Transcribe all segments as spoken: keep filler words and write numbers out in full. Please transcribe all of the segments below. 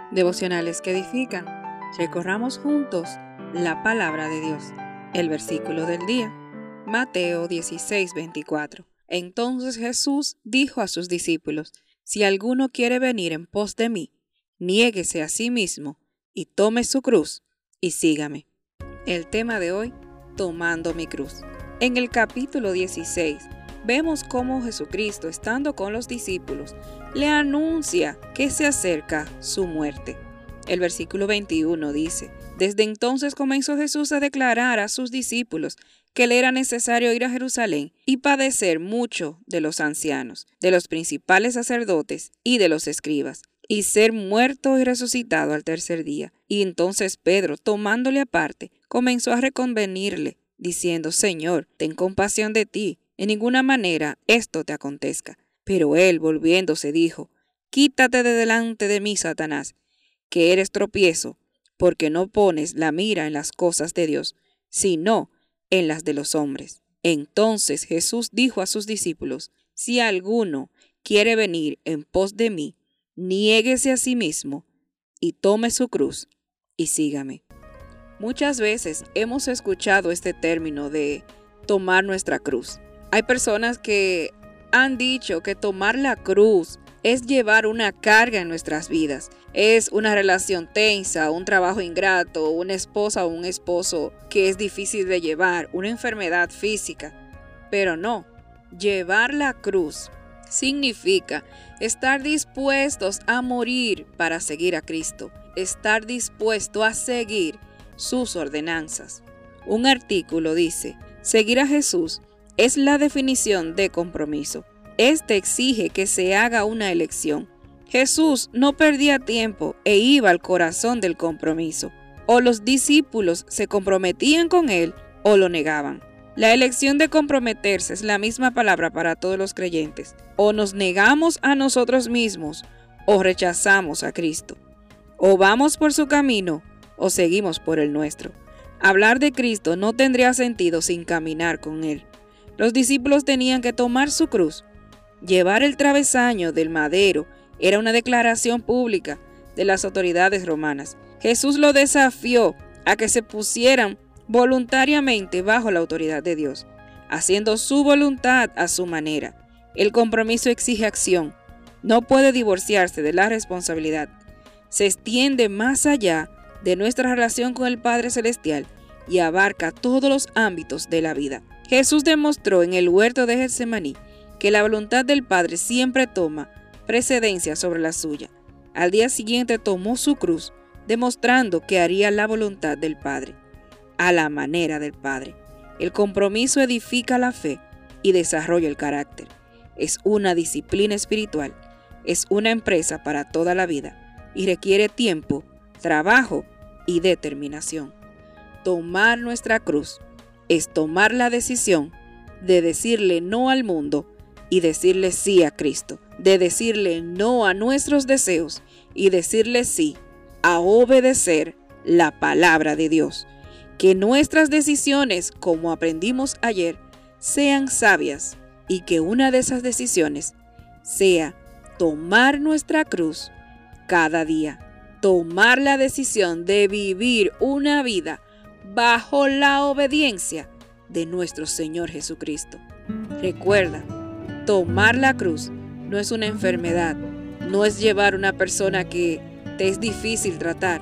Devocionales que edifican. Recorramos juntos la palabra de Dios. El versículo del día, Mateo dieciséis, veinticuatro. Entonces Jesús dijo a sus discípulos: Si alguno quiere venir en pos de mí, niéguese a sí mismo y tome su cruz y sígame. El tema de hoy, tomando mi cruz. En el capítulo dieciséis, vemos cómo Jesucristo, estando con los discípulos, le anuncia que se acerca su muerte. El versículo veintiuno dice: Desde entonces comenzó Jesús a declarar a sus discípulos que le era necesario ir a Jerusalén y padecer mucho de los ancianos, de los principales sacerdotes y de los escribas, y ser muerto y resucitado al tercer día. Y entonces Pedro, tomándole aparte, comenzó a reconvenirle, diciendo: Señor, ten compasión de ti, en ninguna manera esto te acontezca. Pero él, volviéndose, dijo: Quítate de delante de mí, Satanás, que eres tropiezo, porque no pones la mira en las cosas de Dios, sino en las de los hombres. Entonces Jesús dijo a sus discípulos: Si alguno quiere venir en pos de mí, niéguese a sí mismo y tome su cruz y sígame. Muchas veces hemos escuchado este término de tomar nuestra cruz. Hay personas que han dicho que tomar la cruz es llevar una carga en nuestras vidas. Es una relación tensa, un trabajo ingrato, una esposa o un esposo que es difícil de llevar, una enfermedad física. Pero no, llevar la cruz significa estar dispuestos a morir para seguir a Cristo, estar dispuesto a seguir sus ordenanzas. Un artículo dice: seguir a Jesús es la definición de compromiso. Este exige que se haga una elección. Jesús no perdía tiempo e iba al corazón del compromiso. O los discípulos se comprometían con él o lo negaban. La elección de comprometerse es la misma palabra para todos los creyentes. O nos negamos a nosotros mismos o rechazamos a Cristo. O vamos por su camino o seguimos por el nuestro. Hablar de Cristo no tendría sentido sin caminar con él. Los discípulos tenían que tomar su cruz. Llevar el travesaño del madero era una declaración pública de las autoridades romanas. Jesús lo desafió a que se pusieran voluntariamente bajo la autoridad de Dios, haciendo su voluntad a su manera. El compromiso exige acción. No puede divorciarse de la responsabilidad. Se extiende más allá de nuestra relación con el Padre Celestial y abarca todos los ámbitos de la vida. Jesús demostró en el huerto de Getsemaní que la voluntad del Padre siempre toma precedencia sobre la suya. Al día siguiente tomó su cruz, demostrando que haría la voluntad del Padre, a la manera del Padre. El compromiso edifica la fe y desarrolla el carácter. Es una disciplina espiritual, es una empresa para toda la vida y requiere tiempo, trabajo y determinación. Tomar nuestra cruz es tomar la decisión de decirle no al mundo y decirle sí a Cristo, de decirle no a nuestros deseos y decirle sí a obedecer la palabra de Dios. Que nuestras decisiones, como aprendimos ayer, sean sabias y que una de esas decisiones sea tomar nuestra cruz cada día, tomar la decisión de vivir una vida bajo la obediencia de nuestro Señor Jesucristo. Recuerda, tomar la cruz no es una enfermedad, no es llevar una persona que te es difícil tratar.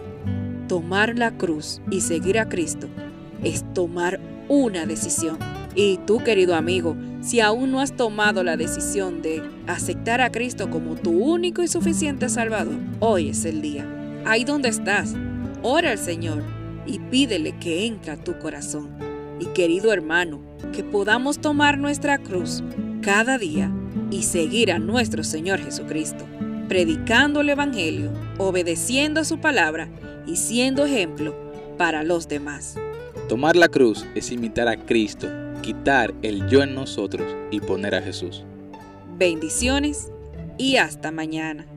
Tomar la cruz y seguir a Cristo es tomar una decisión. Y tú, querido amigo, si aún no has tomado la decisión de aceptar a Cristo como tu único y suficiente Salvador, hoy es el día. Ahí donde estás, ora al Señor y pídele que entre a tu corazón. Y querido hermano, que podamos tomar nuestra cruz cada día y seguir a nuestro Señor Jesucristo, predicando el Evangelio, obedeciendo a su palabra y siendo ejemplo para los demás. Tomar la cruz es imitar a Cristo, quitar el yo en nosotros y poner a Jesús. Bendiciones y hasta mañana.